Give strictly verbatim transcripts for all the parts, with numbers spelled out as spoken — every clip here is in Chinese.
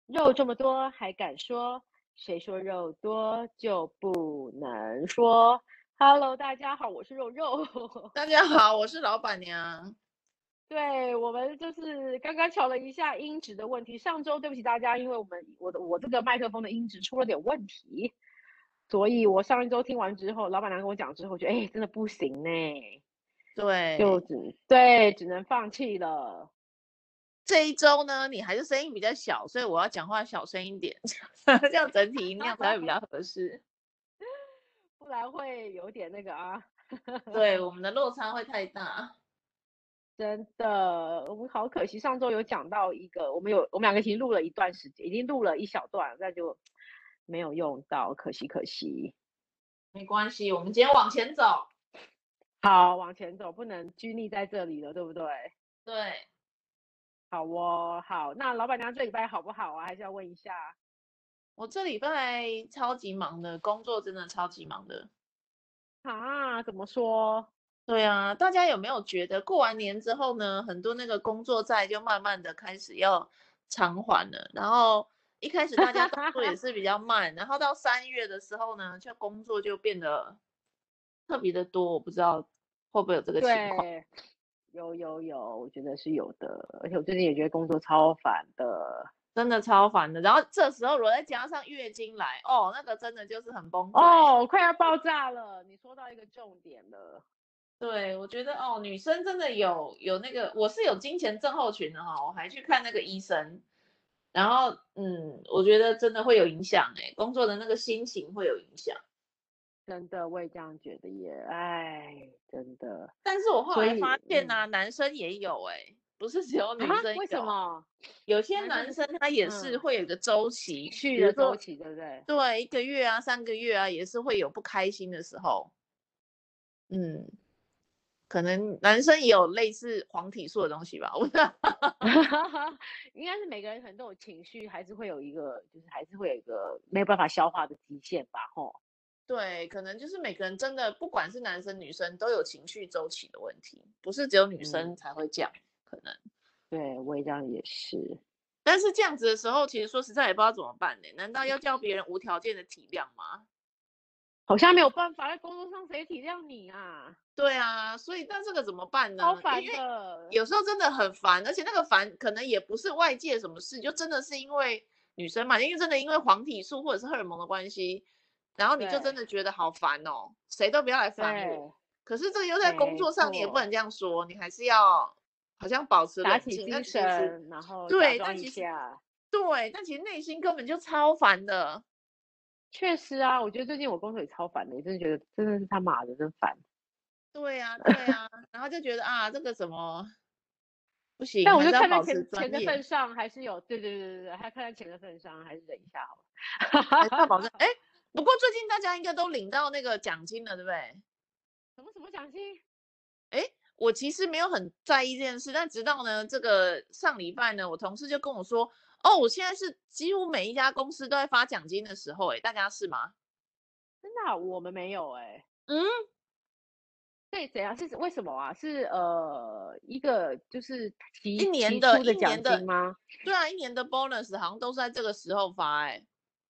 肉这么多还敢说？谁说肉多就不能说？Hello，大家好，我是肉肉。 大家好，我是老板娘。 对，我们就是刚刚瞧了一下音质的问题。上周对不起大家，因为我们我的我这个麦克风的音质出了点问题，所以我上一周听完之后，老板娘跟我讲之后，觉得哎真的不行呢，就对， 只对只能放弃了。 这一周呢，你还是声音比较小，所以我要讲话小声一点，这样整体音量才会比较合适。 不然会有点那个啊。 对，我们的落差会太大。 真的，我们好可惜，上周有讲到一个，我们有我们两个已经录了一段时间，已经录了一小段，但就没有用到，可惜可惜。 没关系，我们今天往前走。 好，往前走，不能拘泥在这里了，对不对？ 对， 好哦，好，那老板娘这礼拜好不好啊？还是要问一下我这礼拜超级忙的，工作真的超级忙的。 啊？怎么说？ 对啊，大家有没有觉得过完年之后呢，很多那个工作债就慢慢的开始要偿还了，然后一开始大家动作也是比较慢，然后到三月的时候呢，就工作就变得特别的多，我不知道会不会有这个情况。 对，有有有，我觉得是有的，而且我最近也觉得工作超烦的。 真的超烦的。然后这时候如果再加上月经来，哦，那个真的就是很崩溃。 哦，快要爆炸了，你说到一个重点了。 对，我觉得哦，女生真的有有那个，我是有经前症候群的哈，我还去看那个医生。然后，嗯，我觉得真的会有影响哎，工作的那个心情会有影响。 真的，我也这样觉得耶，哎，真的， 但是我后来所以， 发现呢、 嗯， 男生也有哎，不是只有啊， 女生为什有， 么有些男生的， 男生他也是嗯， 会有一个周情期， 绪的周比如说， 期对不对？ 对，一个月啊、三个月啊，也是会有不开心的时候。嗯，可能男生也有类似黄体素的东西吧，我不知道。 应该是每个人可能都有情绪，还是会有一个，就是还是会有一个没有办法消化的极限吧，吼。 对，可能就是每个人真的，不管是男生女生，都有情绪周期的问题，不是只有女嗯， 生才会这样，可能。 对，我也这样也是。 但是这样子的时候，其实说实在也不知道怎么办呢？难道要叫别人无条件的体谅吗？ 好像没有办法，在工作上谁体谅你啊？ 对啊，所以那这个怎么办呢？因超烦为的。 有时候真的很烦，而且那个烦可能也不是外界什么事，就真的是因为女生嘛，因为真的因为黄体素或者是荷尔蒙的关系，然后你就真对的觉得好烦哦，谁都不要来烦我。 对， 可是这个又在工没作上，你也不能错。 这样说，你还是要好像保持冷静。 打起精但其实神，然后假对， 装但其实一下。 对，但其实内心根本就超烦的。 确实啊，我觉得最近我工作也超烦的，真的觉得真的是他妈的真烦。 对呀，对呀，然后就觉得啊，这个怎么不行， 但我就还是要保持看在钱钱的份专业。 上，还是有，对对对对对，还看在钱的份上，还是忍一下好还是要保证。 了。 哎，不过最近大家应该都领到那个奖金了，对不对？ 什么什么奖金？ 哎，我其实没有很在意这件事，但直到呢这个上礼拜呢，我同事就跟我说，哦，我现在是几乎每一家公司都在发奖金的时候，哎，大家是吗？ 真的啊我们没有哎、 嗯， 对，怎样是为什么啊？是呃一个就是一提提年的， 出的奖一年的， 金吗？ 对啊，一年的 bonus 好像都是在这个时候发，哎，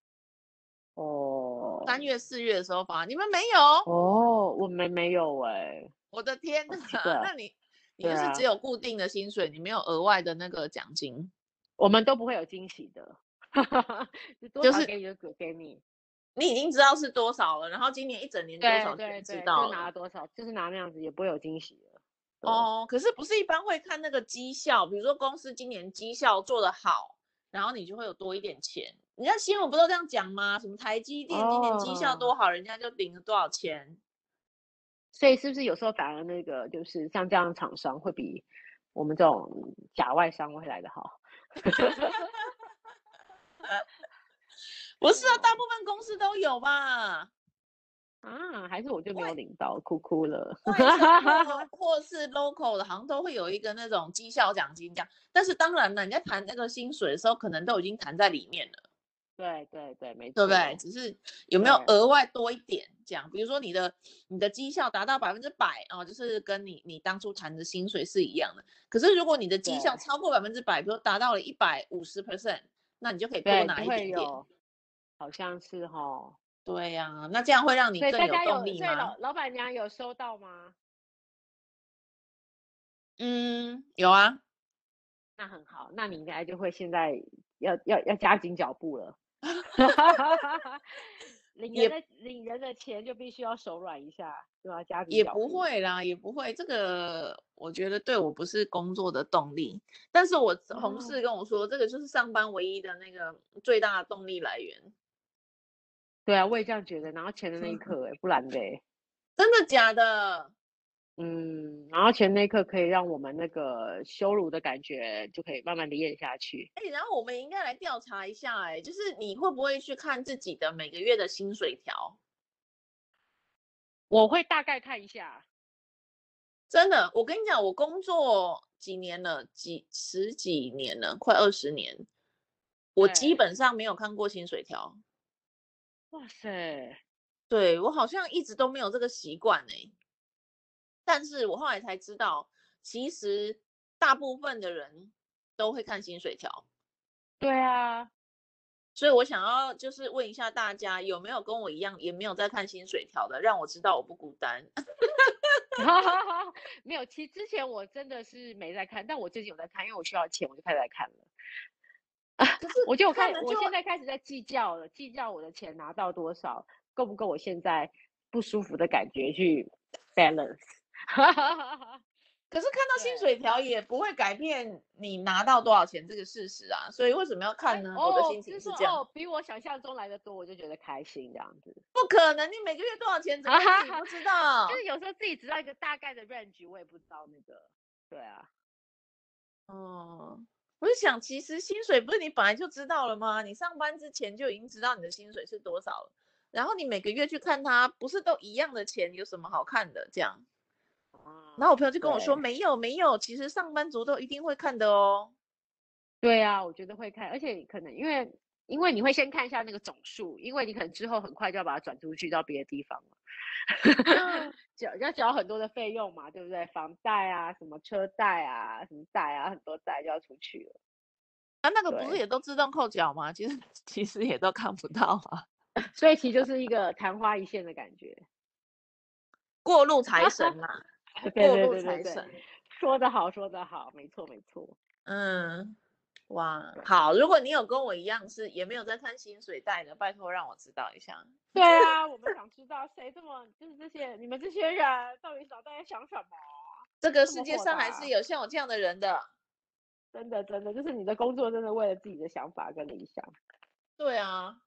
哦三月、四月的时候发，你们没有？ 哦，我们没有哎、 我的天呐， 好奇怪。 那你你就是只对啊， 有固定的薪水，你没有额外的那个奖金， 我们都不会有惊喜的，就多就是少给你就给给你。 你已经知道是多少了，然后今年一整年多对少钱知对对，就道了。 拿了多少，就是拿那样子，也不会有惊喜的。对， 哦，可是不是一般会看那个绩效，比如说公司今年绩效做得好，然后你就会有多一点钱。人家新闻不都这样讲吗？什么台积电今年绩效哦， 多好，人家就领了多少钱。 所以是不是有时候反而那个就是像这样的厂商会比我们这种假外商会来的好？ 不是啊，大哦， 部分公司都有吧？ 啊，还是我就没有外领到，哭哭了。 外商或或是 local 的，好像都会有一个那种绩效奖金这样。但是当然了，你在谈那个薪水的时候，可能都已经谈在里面了。 对对对，没对不对？ 错， 只是有没有对， 额外多一点这样？比如说你的你的绩效达到百分之百啊，就是跟你你当初谈的薪水是一样的。可是如果你的绩效对， 超过百分之百，比如达到了一百五十 percent， 那你就可以多对，就拿一点点。 会有，好像是齁。 对呀、啊，那这样会让你所以更有大家有， 动力吗？ 所以老老板娘有收到吗？ 嗯，有啊。 那很好，那你应该就会现在要要要加紧脚步了。领人也的领人的钱就必须要手软一下，就要加紧也不脚步。 会啦，也不会。这个我觉得对我不是工作的动力，但是我同哦， 事跟我说，这个就是上班唯一的那个最大的动力来源。 对啊，我也这样觉得。然后钱的那一刻、欸，不然的、欸， 真的假的？ 嗯，然后钱那一刻可以让我们那个羞辱的感觉就可以慢慢的咽下去。 哎、然后我们应该来调查一下、哎，就是你会不会去看自己的每个月的薪水条？ 我会大概看一下。 真的，我跟你讲，我工作几年了，几十几年了，快二十年，我基对， 本上没有看过薪水条。 哇塞， 对，我好像一直都没有这个习惯哎，但是我后来才知道，其实大部分的人都会看薪水条。 对啊， 所以我想要就是问一下大家，有没有跟我一样也没有在看薪水条的，让我知道我不孤单。 没有，其实之前我真的是没在看，但我最近有在看，因为我需要钱，我就开始在看了。 可是我觉得我开， 看了就我现在开始在计较了，计较我的钱拿到多少，够不够我现在不舒服的感觉去 balance。 可是看到薪对， 水条也不会改变你拿到多少钱这个事实啊，所以为什么要看哎， 呢？我的哦， 心是情是这样。 说哦，比我想象中来的多，我就觉得开心这样子。 不可能，你每个月多少钱，怎么哈会自哈哈， 己不知就是道？ 有时候自己知道一个大概的 range，我也不知道那个。对啊， 哦，我就想，其实薪水不是你本来就知道了吗？你上班之前就已经知道你的薪水是多少了，然后你每个月去看它，不是都一样的钱，有什么好看的？这样。然后我朋友啊， 就跟我说， 对。 没有没有，其实上班族都一定会看的哦。 对啊，我觉得会看，而且可能因为因为你会先看一下那个总数，因为你可能之后很快就要把它转出去到别的地方了， 嗯， 缴要缴很多的费用嘛，对不对？房贷啊，什么车贷啊，什么贷啊，很多贷就要出去了。 啊，那个不是对， 也都自动扣缴吗？其实其实也都看不到啊。 所以其实就是一个昙花一现的感觉。 过路财神嘛， 对对过路对对对， 财神。 说得好，说得好，没错没错。 嗯，哇， 对好，如果你有跟我一样是也没有在看薪水袋的，拜托让我知道一下。 对啊，我们想知道谁这么就是这些你们这些人到底脑袋在想什么， 这个这么世界上还是豁达？ 有像我这样的人的。 真的真的，就是你的工作真的为了自己的想法跟理想。 对啊，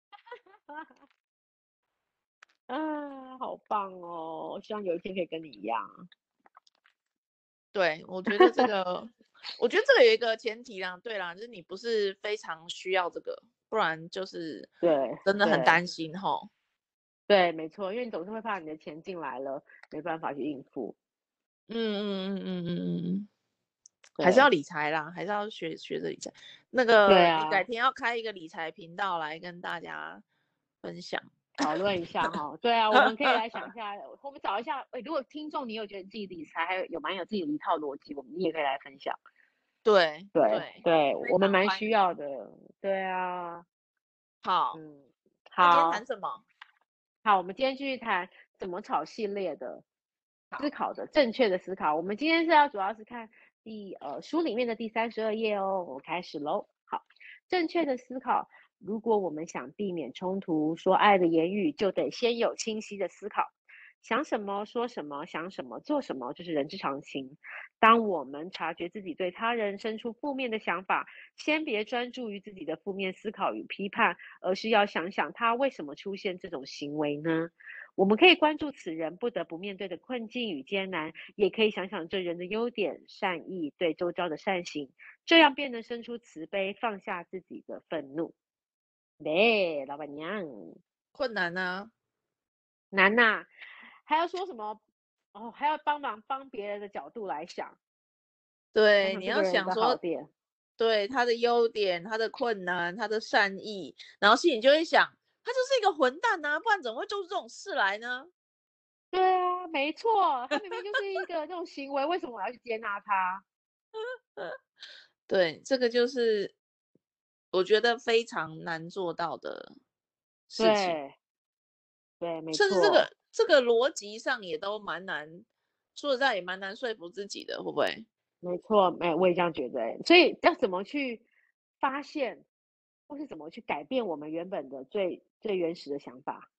啊，好棒哦！我希望有一天可以跟你一样。 对，我觉得这个，我觉得这个有一个前提啦，对啦，就是你不是非常需要这个，不然就是对真的很对担心吼。 对，没错，因为你总是会怕你的钱进来了，没办法去应付。 嗯嗯嗯嗯嗯嗯嗯，还是要对理财啦，还是要学学着理财。那个，你对啊， 改天要开一个理财频道来跟大家分享。 讨论一下哈。对啊，我们可以来想一下，我们找一下，诶如果听众你有觉得自己理财还有有蛮有自己的一套逻辑，我们你也可以来分享。 对对对， 对， 非我们蛮需常欢迎。 要的。对啊， 好， 嗯， 那今天谈好。 什么？ 好，我们今天继续谈怎么炒系列的思好， 考的正确的思考。我们今天是要主要是看第呃书里面的第三十二页哦。我开始喽。好，正确的思考。如果我们想避免冲突，说爱的言语就得先有清晰的思考。想什么说什么，想什么做什么，这是人之常情。当我们察觉自己对他人生出负面的想法，先别专注于自己的负面思考与批判，而是要想想他为什么出现这种行为呢？我们可以关注此人不得不面对的困境与艰难，也可以想想这人的优点、善意、对周遭的善行，这样便能生出慈悲，放下自己的愤怒。对，老板娘， 困难呢、 难呐、还要说什么？哦，还要帮忙帮别人的角度来想，想对， 想你要这个人的好想说， 点。 对他的优点、他的困难、他的善意，然后心里就会想，他就是一个混蛋呐、不然怎么会做出这种事来呢？ 对啊，没错，他明明就是一个那种行为，为什么我要去接纳他？ 对，这个就是我觉得非常难做到的事情。 对对，没甚至这错。 个这个逻辑上也都蛮难，说实在也蛮难说服自己的，会不会？ 没错，没我也这样觉得欸。所以要怎么去发现，或是怎么去改变我们原本的最最原始的想法？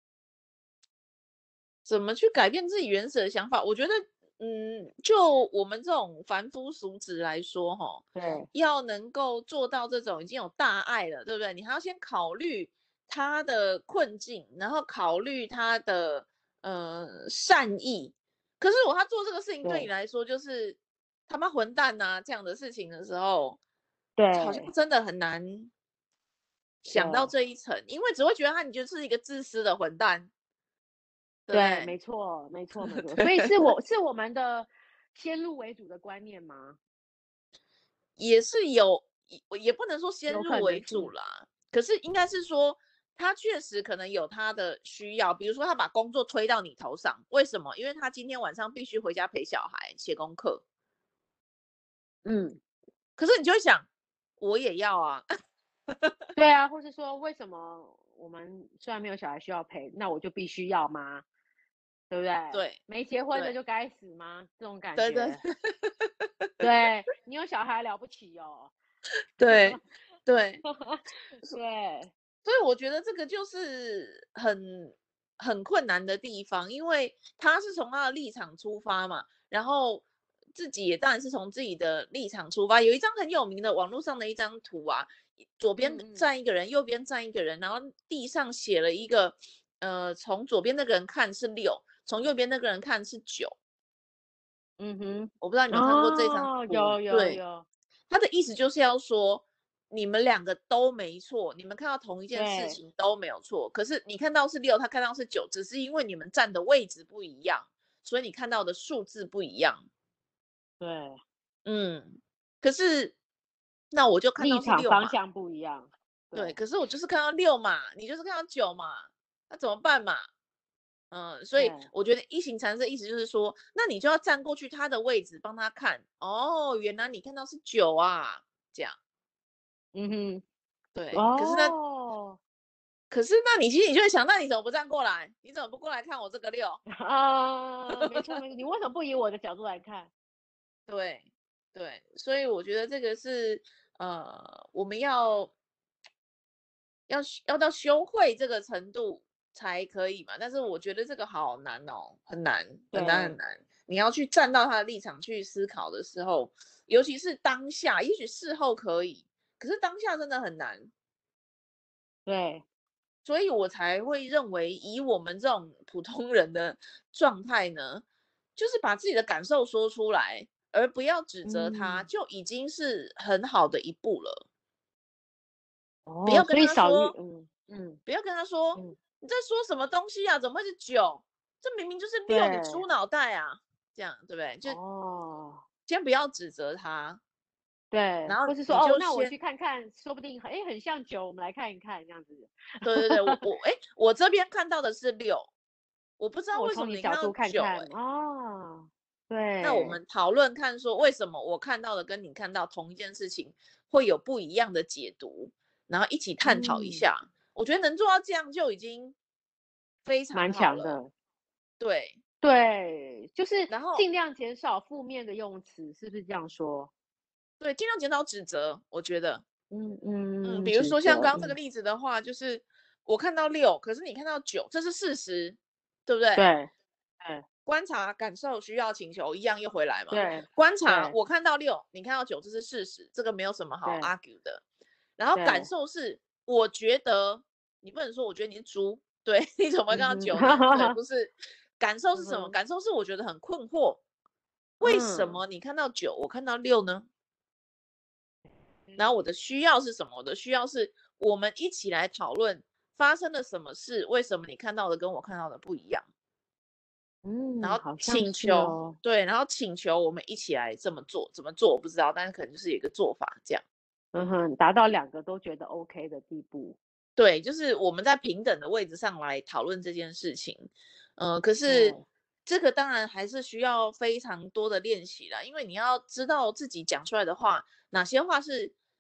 怎么去改变自己原始的想法？我觉得，嗯，就我们这种凡夫俗子来说，哈， 对要能够做到这种已经有大爱了，对不对？你还要先考虑他的困境，然后考虑他的呃善意。可是我他做这个事情对你对来说就是他妈混蛋呐、这样的事情的时候，好像对真的很难想到对这一层，因为只会觉得他你就是一个自私的混蛋，对不对， 对？ 没错没错没错。所以是对。 我是我们的先入为主的观念吗？ 也是有，也也不能说先有入为可能是。 主啦，可是应该是说他确实可能有他的需要，比如说他把工作推到你头上，为什么？因为他今天晚上必须回家陪小孩写功课， 嗯， 可是你就会想，我也要啊。 对啊，或是说为什么我们虽然没有小孩需要陪，那我就必须要吗？对不对？ 对没结婚的对就该死吗？这种感对对觉。对，你有小孩了不起哦。 对对， 对， 所以我觉得这个就是很很困难的地方，因为他是从他的立场出发嘛，然后自己也当然是从自己的立场出发。有一张很有名的网络上的一张图啊，左边嗯嗯站一个人，右边站一个人，然后地上写了一个，呃，从左边那个人看是六，从右边那个人看是九。 嗯哼。 我不知道你有没有看过这张哦， 图， 有有对， 有。 他的意思就是要说，你们两个都没错，你们看到同一件事对情都没有错，可是你看到是六，他看到是九，只是因为你们站的位置不一样，所以你看到的数字不一样。 对， 嗯，可是那我就看立到是六嘛， 场方向不一样。 对， 对可是我就是看到六嘛，你就是看到九嘛，那怎么办嘛？嗯，所以对。 我觉得一行禅师的意思就是说，那你就要站过去他的位置，帮他看。哦，原来你看到是九啊，这样。 嗯哼。 对，可是呢， 哦。 可是那你心里就会想，那你怎么不站过来？你怎么不过来看我这个六？ 啊，没错没错，你为什么不以我的角度来看？ 对对，所以我觉得这个是呃，我们要要要到修会这个程度才可以嘛。但是我觉得这个好难哦，很难很难很对难。你要去站到他的立场去思考的时候，尤其是当下，也许事后可以，可是当下真的很难。 对。 所以我才会认为，以我们这种普通人的状态呢，就是把自己的感受说出来，而不要指责他， 嗯。 就已经是很好的一步了。不哦， 要跟所以少于他说， 嗯嗯不要跟他说嗯。 你在说什么东西啊？怎么会是九？这明明就是六，你对。 猪脑袋啊！这样对不对？就哦。 先不要指责他， 对， 然后你或是说哦，那我就先去看看，说不定哎很像酒，我们来看一看这样子。 对对对，我我哎，我这边看到的是六，我不知道那我为什么你看到从你角度看九看哎。 哦。 那我对。 们讨论看说，为什么我看到的跟你看到同一件事情会有不一样的解读，然后一起探讨一嗯， 下。我觉得能做到这样就已经非常蛮好了。 强的。 对， 对，就是然后尽量减少负面的用词，是不是这样说？ 对，尽量减少指责。我觉得， 嗯嗯， 嗯， 比如指责。 说像刚刚这个嗯， 例子的话，就是我看到六，可是你看到九，这是事实，对不对？ 对对观察、感受、需要、请求，一样又回来嘛。 对观察， 对我看到六，你看到九，这是事实，这个没有什么好对 argue 的。然后感对。 受是，我觉得你不能说我觉得你是猪，对，你怎么会看到嗯九呢？对， 哼。 不是。感受是什么？ 嗯哼。 感受是我觉得很困惑，为什嗯。 么你看到九，我看到六呢？然后我的需要是什么？我的需要是我们一起来讨论发生了什么事，为什么你看到的跟我看到的不一样？然嗯， 后好像请求， 是哦。 对，然后请求我们一起来这么做，怎么做我不知道，但是可能就是有一个做法这样。 嗯哼，达到两个都觉得 OK 的地步。 对，就是我们在平等的位置上来讨论这件事情。呃，可是对。 这个当然还是需要非常多的练习啦，因为你要知道自己讲出来的话，哪些话是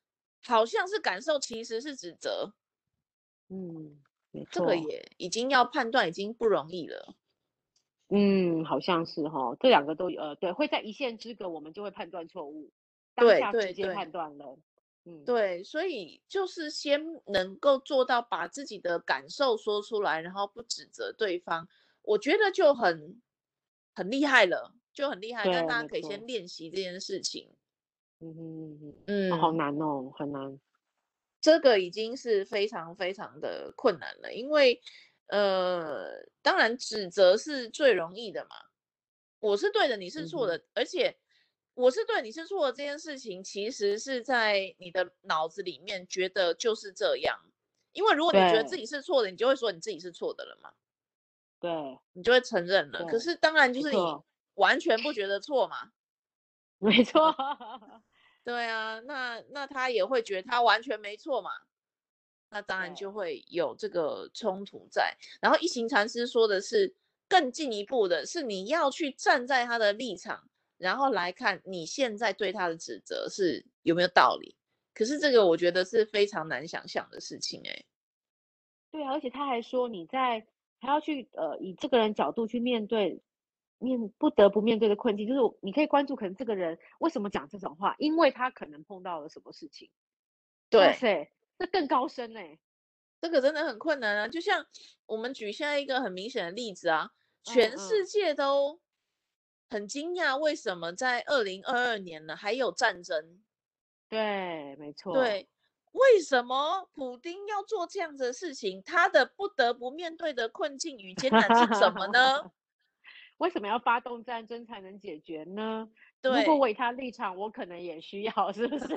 好像是感受，其实是指责。 嗯，没这个错。 也已经要判断已经不容易了。 嗯，好像是哈，这两个都有呃，对，会在一线之隔，我们就会判断错误，当对下直接对对判断了。嗯， 对，所以就是先能够做到把自己的感受说出来，然后不指责对方，我觉得就很很厉害了，就很厉害。但对， 大家没错。 可以先练习这件事情。 嗯哼嗯哼，哦，好嗯。 难哦，很难。 这个已经是非常非常的困难了，因为，呃，当然指责是最容易的嘛，我是对的，你是嗯哼， 错的，而且我是对，你是错的这件事情，其实是在你的脑子里面觉得就是这样，因为如果你觉得自对己是错的，你就会说你自己是错的了嘛， 对你就会承认了。 对， 可是当然就是你没错完全不觉得错嘛， 没错。 对啊，那那他也会觉得他完全没错嘛。那当然就对， 会有这个冲突在。然后一行禅师说的是更进一步的，是你要去站在他的立场，然后来看你现在对他的指责是有没有道理。可是这个我觉得是非常难想象的事情、欸，哎， 对啊，而且他还说你在还要去呃以这个人角度去面对面不得不面对的困境，就是你可以关注可能这个人为什么讲这种话，因为他可能碰到了什么事情。哇对， 塞，这更高深嘞。 这个真的很困难啊。就像我们举现在一个很明显的例子啊，全世嗯嗯， 界都很惊讶，为什么在二零二二年呢还有战争？ 对，没错。 对，为什么普丁要做这样子的事情？他的不得不面对的困境与艰难是什么呢？ 为什么要发动战争才能解决呢？如果对， 我以他立场，我可能也需要，是不是？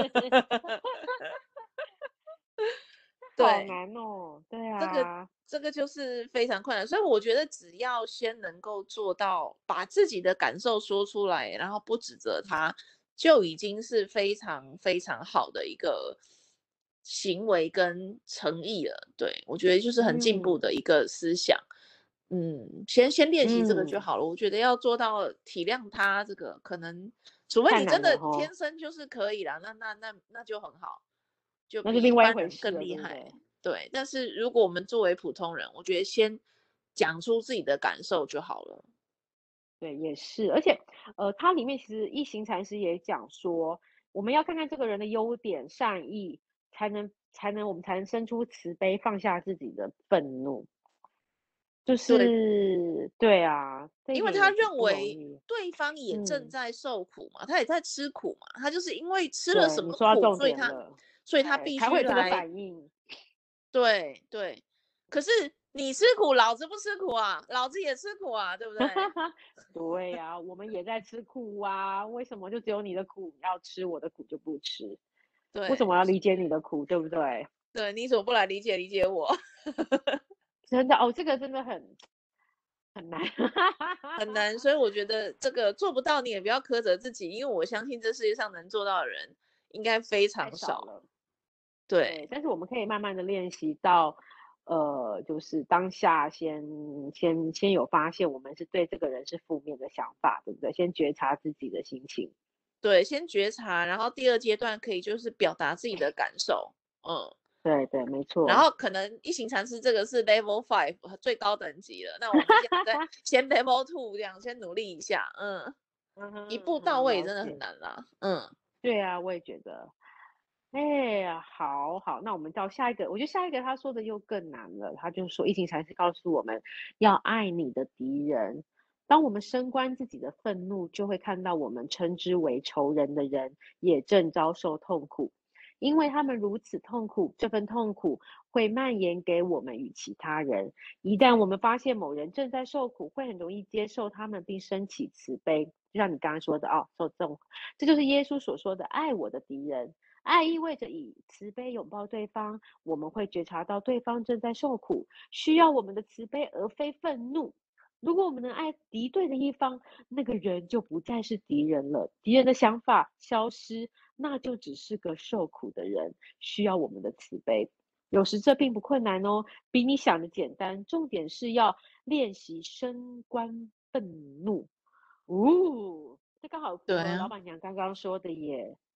好对， 难哦。对这个啊， 这个就是非常困难，所以我觉得只要先能够做到把自己的感受说出来，然后不指责他，就已经是非常非常好的一个行为跟诚意了。对，我觉得就是很进步嗯的一个思想。嗯，先先练习这个就嗯， 好了。我觉得要做到体谅他，这个可能，除非太你真的难了哈， 天生就是可以啦，那那那那就很好，就那是另外一比一般回事了， 人更厉对不对？ 害。对，但是如果我们作为普通人，我觉得先讲出自己的感受就好了。 对，也是，而且，呃，它里面其实一行禅师也讲说，我们要看看这个人的优点、善意，才能才能我们才能生出慈悲，放下自己的愤怒。就对， 是对啊，这一因为他点也不认为不容易。 对方也正嗯， 在受苦嘛，他也在吃苦嘛，他就是因为吃了对， 什么苦， 你说到重所以他点了， 所以他哎， 必才会有这个须来。 反应。 对对，可是你吃苦，老子不吃苦啊，老子也吃苦啊，对不对？ 对呀，我们也在吃苦啊，为什么就只有你的苦要吃，我的苦就不吃？为什对么要理解你的苦，对不对？ 对，你怎么不来理解理解我？ 真的哦，这个真的很很难。 很难，所以我觉得这个做不到，你也不要苛责自己，因为我相信这世界上能做到的人应该非太常少。 少了。对， 对但是我们可以慢慢的练习到，呃，就是当下先先先有发现，我们是对这个人是负面的想法，对不对？先觉察自己的心情。 对，先觉察，然后第二阶段可以就是表达自己的感受，嗯， 对对，没然错。 后可能一行禅师这个是 level five 最高等级了，那我们现在先 level two 这样先努力一下，嗯， 嗯哼一步到嗯哼， 位真的很了解。 难啦，嗯， 对啊，我也觉得。哎呀，好好，那我们到下一个，我觉得下一个他说的又更难了。他就说，疫情禅师告诉我们要爱你的敌人。当我们升观自己的愤怒，就会看到我们称之为仇人的人也正遭受痛苦，因为他们如此痛苦，这份痛苦会蔓延给我们与其他人。一旦我们发现某人正在受苦，会很容易接受他们，并升起慈悲。就像你刚刚说的哦，受这种，这就是耶稣所说的爱我的敌人。爱意味着以慈悲拥抱对方，我们会觉察到对方正在受苦，需要我们的慈悲而非愤怒。如果我们能爱敌对的一方，那个人就不再是敌人了，敌人的想法消失，那就只是个受苦的人，需要我们的慈悲。有时这并不困难哦，比你想的简单。重点是要练习升观愤怒。哦，这刚好符对啊。 合老板娘刚刚说的耶。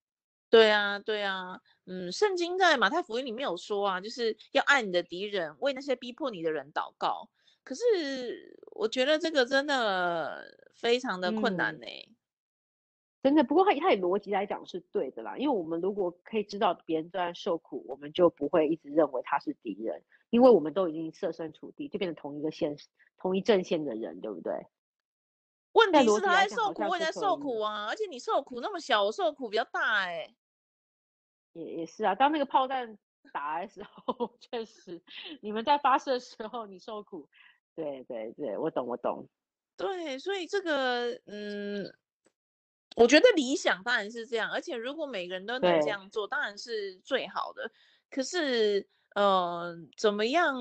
对啊，对啊，嗯，圣经在马太福音里面有说啊，就是要爱你的敌人，为那些逼迫你的人祷告。可是我觉得这个真的非常的困难嗯。 呢。 真的，不过它它以逻辑来讲是对的啦，因为我们如果可以知道别人正在受苦，我们就不会一直认为他是敌人，因为我们都已经设身处地，就变成同一个线、同一阵线的人，对不对？ 问题是他在逻辑来在受苦， 讲好像是我也在受可以的， 苦啊，而且你受苦那么小，我受苦比较大哎。 也也是啊。当那个炮弹打来的时候，确实你们在发射的时候你受苦，对对对，我懂我懂， 对，所以这个，嗯，我觉得理想当然是这样，而且如果每个人都能这对， 样做，当然是最好的。可是，呃，怎么样，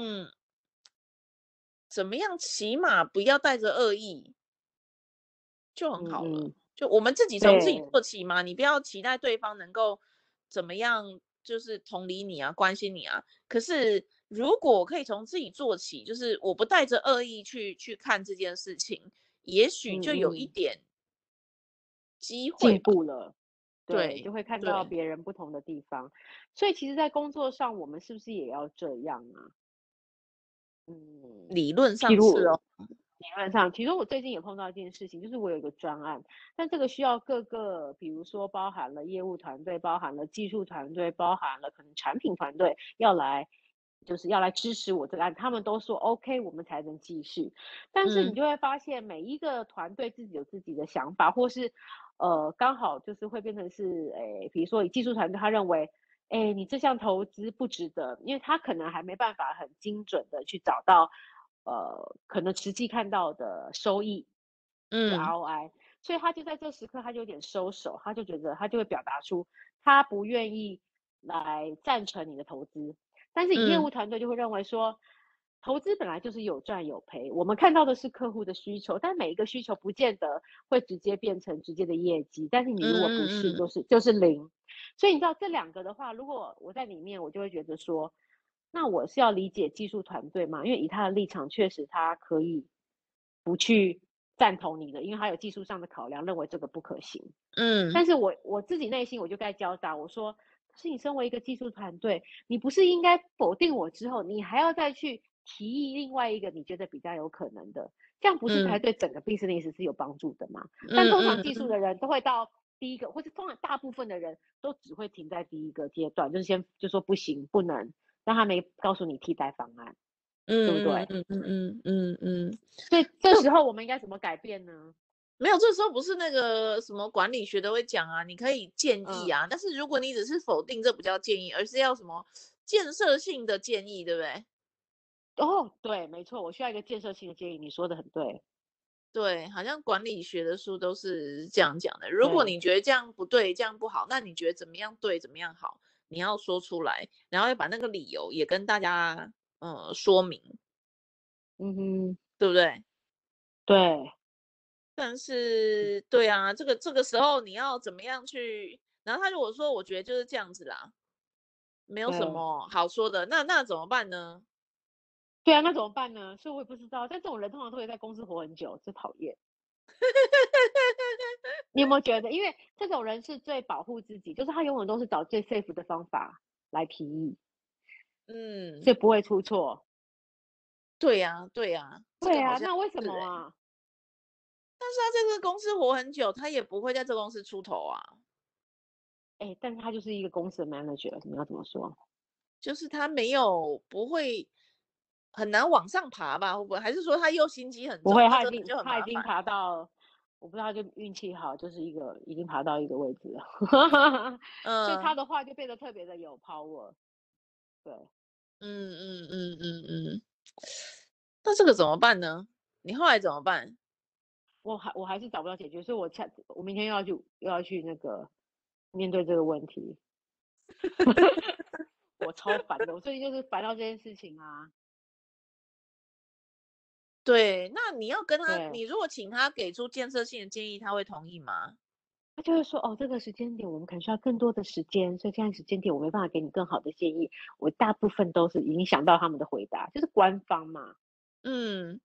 怎么样，起码不要带着恶意，就很嗯好了。 嗯， 就我们自己从自己对， 做起嘛，你不要期待对方能够怎么样，就是同理你啊，关心你啊。可是如果可以从自己做起，就是我不带着恶意去去看这件事情，也许嗯就有一嗯， 点机会进吧。 步了。对，就对会看到对， 别人不同的地方。所以其实在工作上，我们是不是也要这样啊？嗯， 理论譬如上是哦。 理论上，其实我最近也碰到一件事情，就是我有一个专案，但这个需要各个，比如说包含了业务团队，包含了技术团队，包含了可能产品团队要来，就是要来支持我这个案，他们都说 OK，我们才能继续。但是你嗯就会发现，每一个团队自己有自己的想法，或是呃，刚好就是会变成是，诶，比如说以技术团队，他认为，哎，你这项投资不值得，因为他可能还没办法很精准的去找到，呃，可能实际看到的收益，就嗯 R O I，所以他就在这时刻他就有点收手，他就觉得他就会表达出他不愿意来赞成你的投资，但是以业务嗯团队就会认为说，投资本来就是有赚有赔，我们看到的是客户的需求，但每一个需求不见得会直接变成直接的业绩，但是你嗯如果不嗯嗯是就是就是零，所以你知道这两个的话，如果我在里面，我就会觉得说，那我是要理解技术团队嘛，因为以他的立场，确实他可以不去赞同你的，因为他有技术上的考量，认为这个不可行。 嗯但是我我自己内心我就该交代，我说，可是你身为一个技术团队，你不是应该否定我之后，你还要再去提议另外一个你觉得比较有可能的，这样不是才嗯对整个 business 是有帮助的吗？但通常技术嗯嗯的人都会到第一个，或是通常大部分的人都只会停在第一个阶段，就是先就说不行，不能，但他没告诉你替代方案，对不对？ 嗯嗯嗯嗯嗯嗯， 所以这时候我们应该怎么改变呢？ 没有，这时候不是那个什么管理学的会讲啊，你可以建议嗯， 啊，但是如果你只是否定，这不叫建议，而是要什么建设性的建议，对不对？ 哦，对，没错，我需要一个建设性的建议，你说的很对， 对，好像管理学的书都是这样讲的。如果对， 你觉得这样不对，这样不好，那你觉得怎么样对，怎么样好，你要说出来，然后要把那个理由也跟大家呃说明， 嗯哼， 对不对？ 对， 但是，对啊，这个这个时候你要怎么样去？然后他如果说，我觉得就是这样子啦，没有什对， 么好说的，那那怎么办呢？ 对啊，那怎么办呢？所以我也不知道，但这种人通常都会在公司活很久，真讨厌。你有没有觉得，因为这种人是最保护自己，就是他永远都是找最 safe 的方法来提议， 嗯， 所以不会出错。 对呀，对呀，这对啊， 个好像那为什是哎、 么啊？ 但是他在这个公司活很久，他也不会在这公司出头啊， 哎，但是他就是一个公司的 manager，你要怎么说？ 就是他没有不会很难往上爬吧？会不会？还是说他又心机很重， 不会，他已那真的就很经他已经麻烦？ 爬到，我不知道他就运气好，就是一个已经爬到一个位置了，所以他嗯的话就变得特别的有 power。对， 嗯嗯嗯嗯嗯，那这个怎么办呢？你后来怎么办？ 我还我还是找不到解决，所以我下我明天又要去又要去那个面对这个问题。我超烦的，我最近就是烦到这件事情啊。 对，那你要跟他， 对， 你如果请他给出建设性的建议，他会同意吗？ 他就会说，哦，这个时间点我们可能需要更多的时间，所以这样时间点我没办法给你更好的建议。我大部分都是已经想到他们的回答，就是官方嘛。 嗯，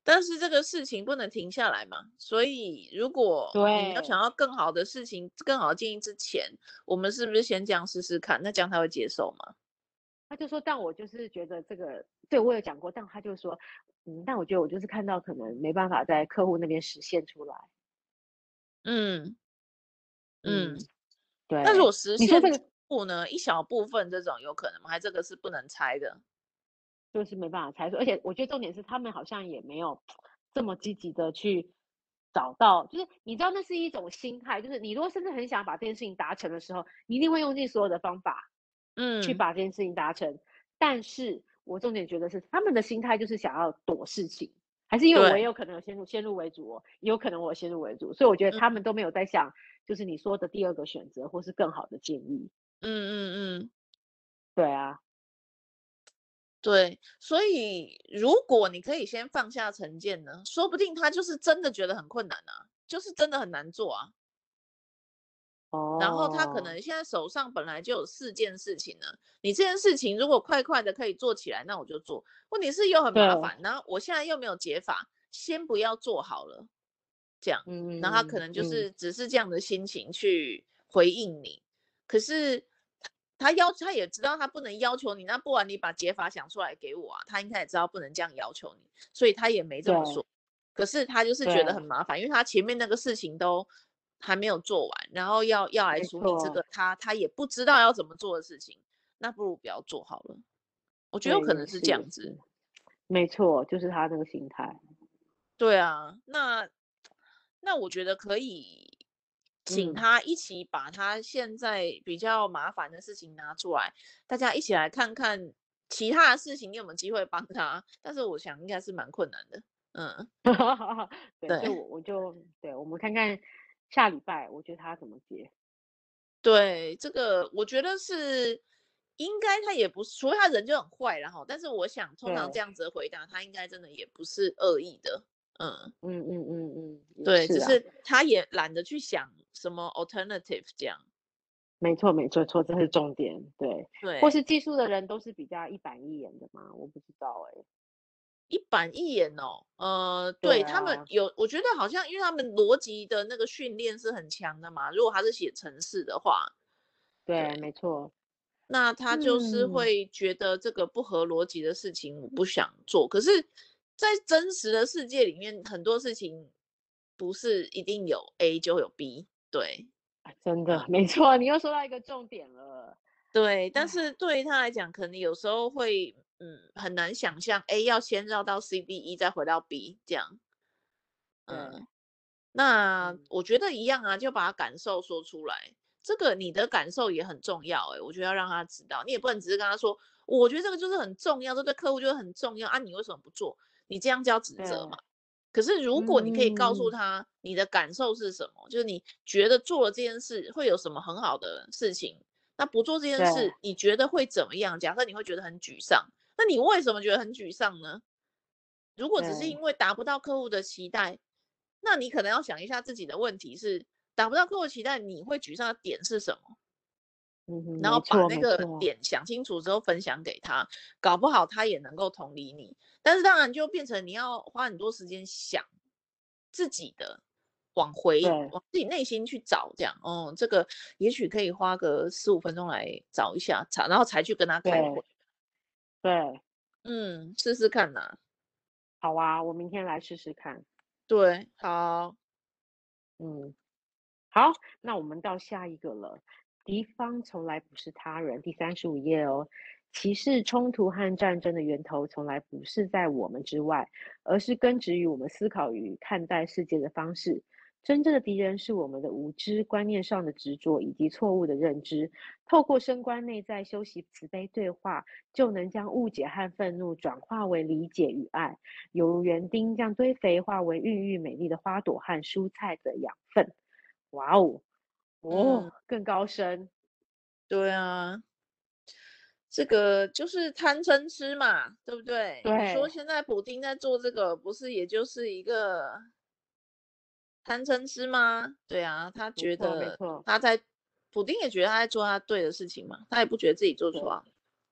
但是这个事情不能停下来嘛，所以如果你没有对， 想要更好的事情、更好的建议之前，我们是不是先这样试试看？那这样他会接受吗？ 他就说，但我就是觉得这个，对我有讲过，但他就说，嗯，但我觉得我就是看到可能没办法在客户那边实现出来， 嗯嗯， 嗯， 那如果对， 实现你说这个部呢，一小部分这种有可能吗？还这个是不能拆的？ 就是没办法猜出，而且我觉得重点是他们好像也没有这么积极的去找到，就是你知道那是一种心态，就是你如果真的很想把这件事情达成的时候，你一定会用尽所有的方法去嗯， 把这件事情达成。但是我重点觉得是他们的心态就是想要躲事情，还是因为我也对， 有可能有先入先入为主哦，也有可能我有先入为主，所以我觉得他嗯们都没有在想，就是你说的第二个选择或是更好的建议。 嗯嗯嗯。 对啊， 对，所以如果你可以先放下成见呢，说不定他就是真的觉得很困难啊，就是真的很难做啊。然后他可哦， 能现在手上本来就有四件事情呢，你这件事情如果快快的可以做起来，那我就做。问题是又很麻对， 烦，然后我现在又没有解法，先不要做好了，这样。然后他可嗯能就嗯， 是只是这样的心情去回应你，可是他他要他也知道他不能要求你，那不然你把解法想出来给我啊，他应该也知道不能这样要求你，所以他也没这么对说。可是他就是觉得很对， 麻烦，因为他前面那个事情都还没有做完，然后要要来没处理这错， 个他他也不知道要怎么做的事情，那不如不要做好了。我觉得有对， 可能是也是这样子。 也是，没错，就是他那个心态。 对啊，那那我觉得可以请嗯， 他一起把他现在比较麻烦的事情拿出来，大家一起来看看其他的事情你有没有机会帮他。但是我想应该是蛮困难的。嗯， 对，所以对我我就对，我们看看下礼拜，我觉得他怎么接。 对，这个我觉得是应该他也不是，除非他人就很坏然后，但是我想通常这对， 样子的回答，他应该真的也不是恶意的。嗯。 嗯嗯嗯嗯，也对， 是啊， 只是他也懒得去想什么 alternative 这样。 没错没错错，这是重点。对，或对， 是技术的人都是比较一板一眼的嘛，我不知道哎、 一板一眼哦。呃，对他们对啊， 有，我觉得好像因为他们逻辑的那个训练是很强的嘛。如果他是写程式的话， 对， 对， 没错。 那他就是嗯， 会觉得这个不合逻辑的事情我不想做。可是，在真实的世界里面，很多事情不是一定有 A 就有 B。对， 真的嗯。 没错，你又说到一个重点了。 对，但唉， 是对于他来讲，可能有时候会，嗯，很难想象，A 要先绕到 C、D、E 再回到 B 这样。 对， 嗯，那嗯， 我觉得一样啊，就把感受说出来。这个你的感受也很重要，诶，我觉得要让他知道，你也不能只是跟他说，我觉得这个就是很重要，这对客户就是很重要啊，你为什么不做？你这样叫指责对， 嘛。可是如果你可以告诉嗯， 他你的感受是什么，就是你觉得做了这件事会有什么很好的事情，那不做这件对事你觉得会怎么样？假设你会觉得很沮丧，那你为什么觉得很沮丧呢？如果只是对， 因为达不到客户的期待，那你可能要想一下自己的问题是达不到客户期待，你会沮丧的点是什么？ 嗯哼， 然后把没错那个没错， 点想清楚之后分享给他，搞不好他也能够同理你。但是当然就变成你要花很多时间想自己的，往回对往自己内心去找，这样哦，这个也许可以花个十五分钟来找一下，找然后才去跟他开对会。 对， 嗯，试试看呐、 好啊，我明天来试试看。 对，好， 嗯，好，那我们到下一个了。敌方从来不是他人，第三十五页哦。歧视、冲突和战争的源头从来不是在我们之外，而是根植于我们思考与看待世界的方式。真正的敌人是我们的无知、观念上的执着以及错误的认知。透过升官内在、修习慈悲对话，就能将误解和愤怒转化为理解与爱，犹如园丁将堆肥化为孕育美丽的花朵和蔬菜的养分。哇哦， 嗯， 哦，更高深， 对啊。这个就是贪嗔痴嘛，对不对？你说对， 现在普丁在做这个，不是也就是一个贪嗔痴吗？对啊，他没错，没觉得错， 他在，普丁也觉得他在做他对的事情嘛，他也不觉得自己做对， 错啊。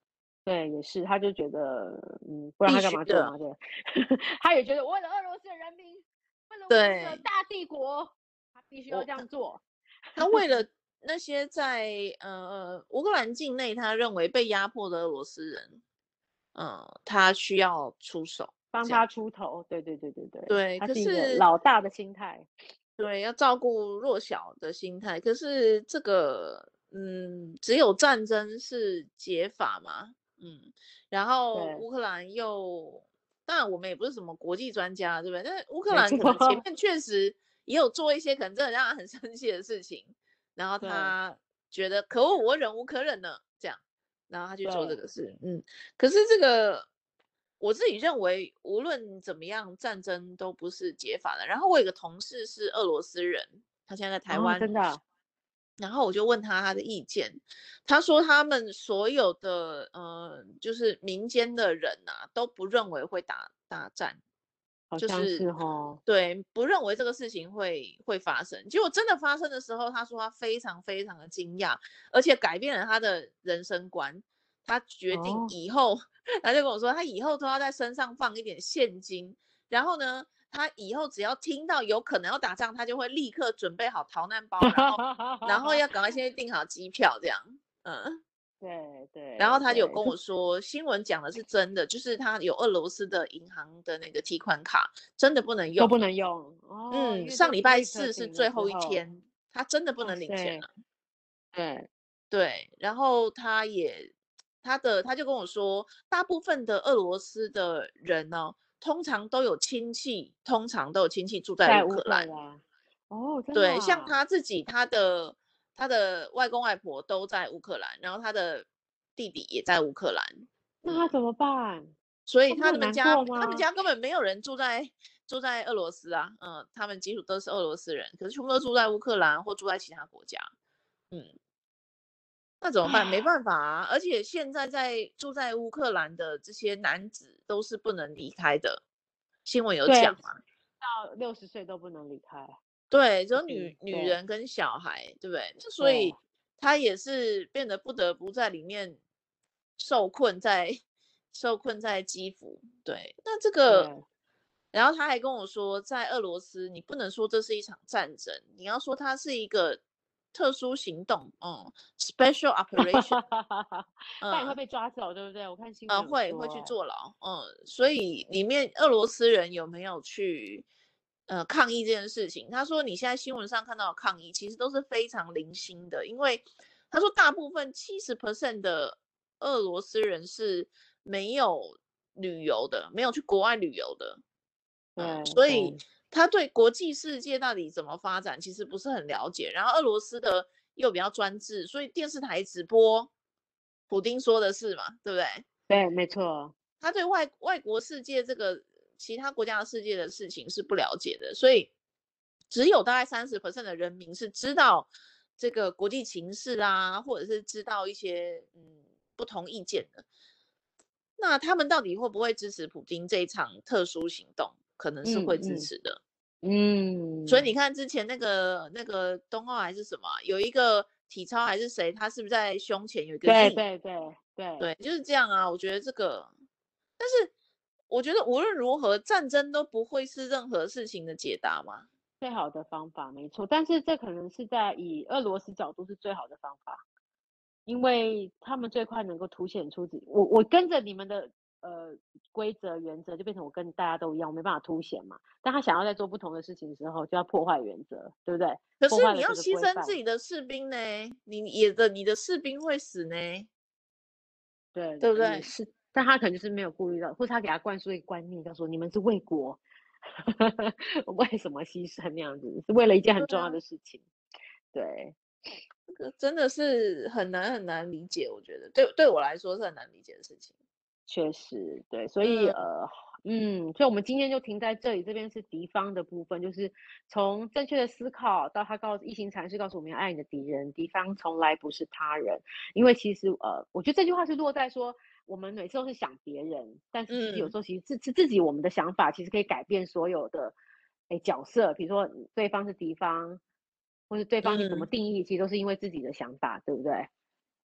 对，也是，他就觉得，嗯，不然必他干须的。 嘛做嘛？对，他也觉得为了俄罗斯的人民，为了我们这个对， 大帝国，他必须要我这样做。 他为了那些在呃乌克兰境内，他认为被压迫的俄罗斯人，嗯、他需要出手，这样。 帮他出头，对对对对对， 对，可他是一个是老大的心态。 对要照顾弱小的心态，可是这个嗯，只有战争是解法嘛，嗯，然后对， 乌克兰又，当然我们也不是什么国际专家，对不对？但是乌克没错， 兰可能前面确实也有做一些可能真的让他很生气的事情，然后对他觉得可恶，我忍无可忍了，这样，然后他去做这对， 个事，嗯，可是这个我自己认为，无论怎么样，战争都不是解法的。然后我有个同事是俄罗斯人，他现在在台哦， 湾， 真的啊然后我就问他他的意见，他说他们所有的呃，就是民间的人呐、都不认为会打打战， 好像是就是哦， 对，不认为这个事情会会发生。结果真的发生的时候，他说他非常非常的惊讶，而且改变了他的人生观。他决定哦， 以后，他就跟我说，他以后都要在身上放一点现金，然后呢，他以后只要听到有可能要打仗，他就会立刻准备好逃难包，然后然后要赶快先订好机票，这样，嗯。 对然后对对， 他有跟我说，新闻讲的是真的，就是他有俄罗斯的银行的那个提款卡，真的不能用。 都不能用哦，因嗯， 为这上礼拜 SWIFT 四是停了最后一之后， 天，他真的不哇能领钱塞， 了。 对， 对，然后他也他的他就跟我说，大部分的俄罗斯的人呢，通常都有亲戚，通常都有亲戚住在乌在乌克兰。 克兰，哦，真的对，像啊， 他自己，他的他的外公外婆都在乌克兰，然后他的弟弟也在乌克兰。嗯， 那他怎么办？ 所以他不是很难他们家过吗？ 他们家根本没有人住在住在俄罗斯啊，嗯，他们基础都是俄罗斯人，可是全部都住在乌克兰或住在其他国家。嗯，那怎么办？没办法啊，而且现在在住在乌克兰的这些男子都是不能离开的，新闻有对， 讲嘛。 到六十岁都不能离开， 对，只有就是女女对人跟小孩，对不对？那所对以他也是变得不得不在里面受困在受困在基辅。对，那这个， 对， 然后他还跟我说，在俄罗斯，你不能说这是一场战争，你要说它是一个特殊行动，嗯，special operation， 不然你会嗯。 被抓走，对不对？我看新闻呃， 有会会去说， 坐牢，嗯，所以里面俄罗斯人有没有去呃抗议这件事情？他说你现在新闻上看到的抗议，其实都是非常零星的，因为他说大部分七十 percent 的俄罗斯人是没有旅游的，没有去国外旅游的，嗯， 对所以对， 他对国际世界到底怎么发展，其实不是很了解。然后俄罗斯的又比较专制，所以电视台直播普丁说的是嘛，对不对？ 对，没错， 他对外外国世界这个其他国家的世界的事情是不了解的，所以只有大概三十 percent 的人民是知道这个国际情势啊，或者是知道一些嗯不同意见的。那他们到底会不会支持普京这一场特殊行动？可能是会支嗯嗯持的。所以嗯， 你看之前那个那个冬奥还是什么，有一个体操还是谁，他是不是在胸前有一个对 Z？ 对对对， 对，就是这样啊。我觉得这个，但是我觉得无论如何，战争都不会是任何事情的解答嘛。 最好的方法没错，但是这可能是在以俄罗斯角度是最好的方法。因为他们最快能够凸显出自己，我我跟着你们的呃规则原则，就变成我跟大家都一样，我没办法凸显嘛。但他想要在做不同的事情的时候，就要破坏原则，对不对？ 可是破坏了这个你要牺规范， 牲自己的士兵呢，你也的你的士兵会死呢， 对， 对不对？ 也是。但他可能就是没有顾虑到，或者他给他灌输一个观念，叫做你们是为国，为什么牺牲那样子，是为了一件很重要对啊， 的事情。对， 这个真的是很难很难理解，我觉得对对我来说是很难理解的事情。 确实，对，所以嗯呃，嗯，所以我们今天就停在这里，这边是敌方的部分，就是从正确的思考到他告一行禅师告诉我们要爱你的敌人，敌方从来不是他人，因为其实呃，我觉得这句话是落在说我们每次都是想别人，但是其实有嗯时候其实自自自己我们的想法其实可以改变所有的诶角色，比如说对方是敌方，或是对方你怎么嗯。 定义，其实都是因为自己的想法，对不对？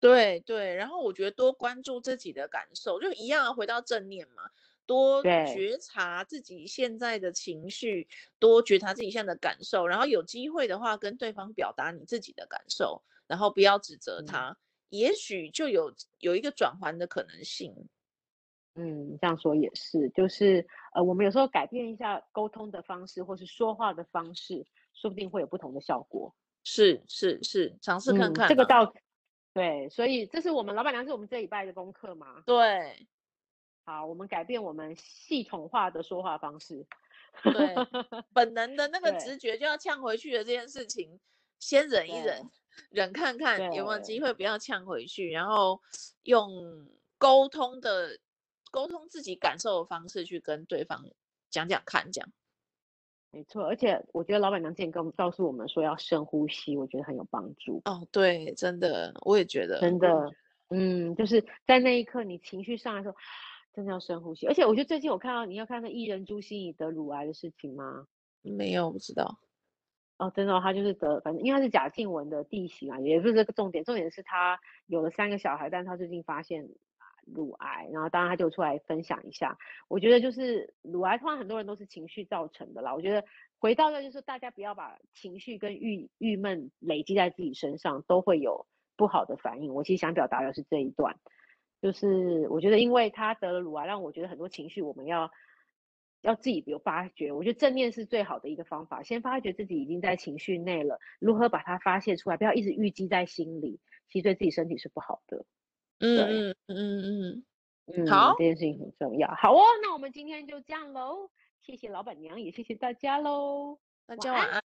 对对，然后我觉得多关注自己的感受，就一样回到正念嘛，多对， 觉察自己现在的情绪，多觉察自己现在的感受，然后有机会的话跟对方表达你自己的感受，然后不要指责嗯他，也许就有有一个转换的可能性。 嗯，这样说也是，就是呃，我们有时候改变一下沟通的方式，或是说话的方式，说不定会有不同的效果。 是是是，尝试看嗯， 看嘛。 这个倒对，所以这是我们老板娘是我们这一拜的功课嘛。 对好，我们改变我们系统化的说话方式。 对，本能的那个对直觉就要呛回去的这件事情，先忍一忍， 对忍看看有没有机对， 会不要呛回去，然后用沟通的沟通自己感受的方式去跟对方讲讲看，这样。 没错。而且我觉得老板娘之前跟我们告诉我们说要深呼吸，我觉得很有帮助。 哦，对，真的，我也觉得真的，嗯，就是在那一刻你情绪上来的时候，真的要深呼吸。而且我觉得最近我看到你要看到艺人朱心怡得乳癌的事情吗？ 没有不知道。 哦，真的哦，他就是得，反正因为他是贾静雯的弟媳嘛，也不是这个重点，重点是他有了三个小孩，但是他最近发现啊乳癌，然后当然他就出来分享一下。我觉得就是乳癌，通常很多人都是情绪造成的啦。我觉得回到的就是大家不要把情绪跟郁郁闷累积在自己身上，都会有不好的反应。我其实想表达的是这一段，就是我觉得因为他得了乳癌，让我觉得很多情绪我们要要自己有发觉。我觉得正念是最好的一个方法，先发觉自己已经在情绪内了，如何把它发泄出来，不要一直郁积在心里，其实对自己身体是不好的。对， 嗯嗯嗯嗯嗯， 嗯， 好， 这件事情很重要。好哦，那我们今天就这样喽，谢谢老板娘，也谢谢大家喽，晚安。 大家晚安。